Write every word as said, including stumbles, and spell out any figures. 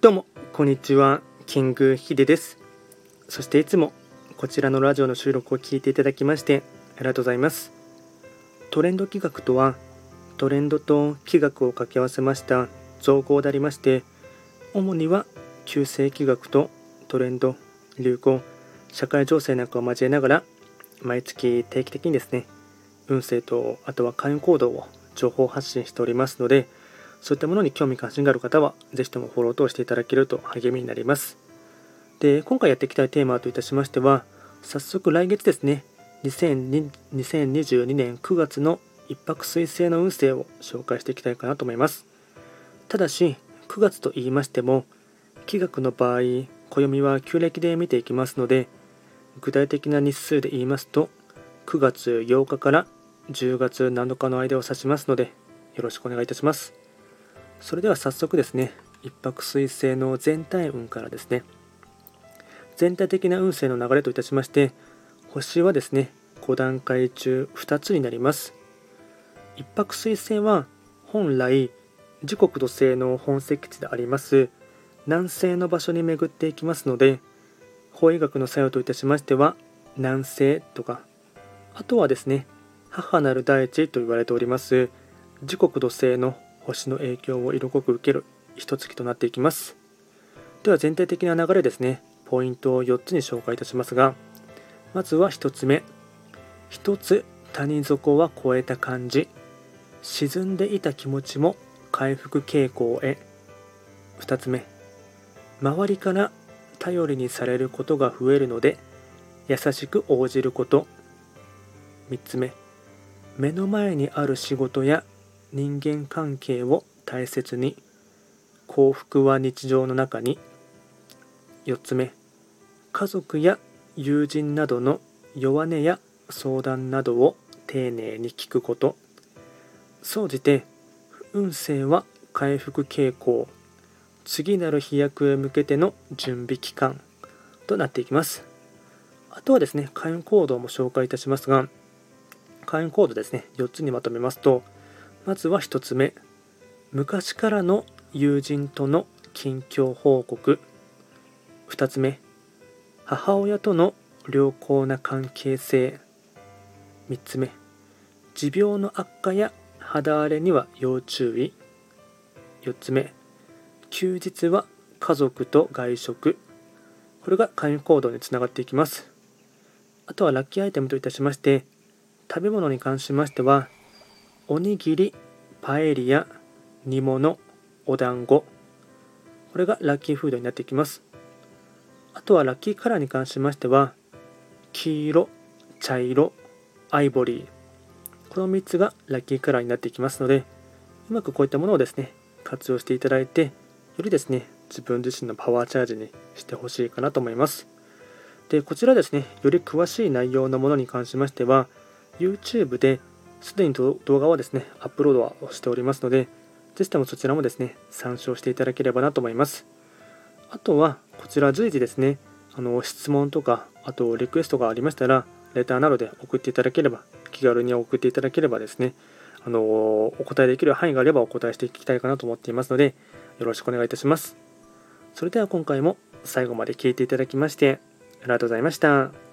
どうもこんにちは、キングヒデです。そしていつもこちらのラジオの収録を聞いていただきましてありがとうございます。トレンド企画とは、トレンドと企画を掛け合わせました造語でありまして、主には旧世企画とトレンド、流行、社会情勢なんかを交えながら毎月定期的にですね、運勢とあとは開運行動を情報発信しておりますので、そういったものに興味関心がある方はぜひともフォローとしていただけると励みになります。で、今回やっていきたいテーマといたしましては、早速来月ですね、にせんにじゅうにねんくがつの一泊水星の運勢を紹介していきたいかなと思います。ただしくがつと言いましても、気学の場合暦は旧暦で見ていきますので、具体的な日数で言いますとくがつようかからじゅうがつなのかの間を指しますので、よろしくお願いいたします。それでは早速ですね、一泊水星の全体運からですね。全体的な運勢の流れといたしまして、星はですねご段階中ふたつになります。一泊水星は本来時刻土星の本石地であります南西の場所に巡っていきますので、法医学の作用といたしましては南西とか、あとはですね母なる大地と言われております時刻土星の星の影響を色濃く受ける一月となっていきます。では全体的な流れですね、ポイントをよっつに紹介いたしますが、まずはひとつめ、一つ谷底は越えた感じ、沈んでいた気持ちも回復傾向へ。ふたつめ、周りから頼りにされることが増えるので優しく応じること。みっつめ、目の前にある仕事や人間関係を大切に、幸福は日常の中に。よっつめ、家族や友人などの弱音や相談などを丁寧に聞くこと。総じて運勢は回復傾向、次なる飛躍へ向けての準備期間となっていきます。あとはですね、開運行動も紹介いたしますが、開運行動ですね、よっつにまとめますと、まずはひとつめ、昔からの友人との近況報告。ふたつめ、母親との良好な関係性。みっつめ、持病の悪化や肌荒れには要注意。よっつめ、休日は家族と外食。これが開運行動につながっていきます。あとはラッキーアイテムといたしまして、食べ物に関しましてはおにぎり、パエリア、煮物、お団子、これがラッキーフードになっていきます。あとはラッキーカラーに関しましては黄色、茶色、アイボリー、このみっつがラッキーカラーになっていきますので、うまくこういったものをですね活用していただいて、よりですね自分自身のパワーチャージにしてほしいかなと思います。で、こちらですね、より詳しい内容のものに関しましては YouTube ですでに動画はですねアップロードはしておりますので、ぜひともそちらもですね参照していただければなと思います。あとはこちら随時ですね、あの質問とかあとリクエストがありましたらレターなどで送っていただければ、気軽に送っていただければですね、あのお答えできる範囲があればお答えしていきたいかなと思っていますので、よろしくお願いいたします。それでは今回も最後まで聞いていただきましてありがとうございました。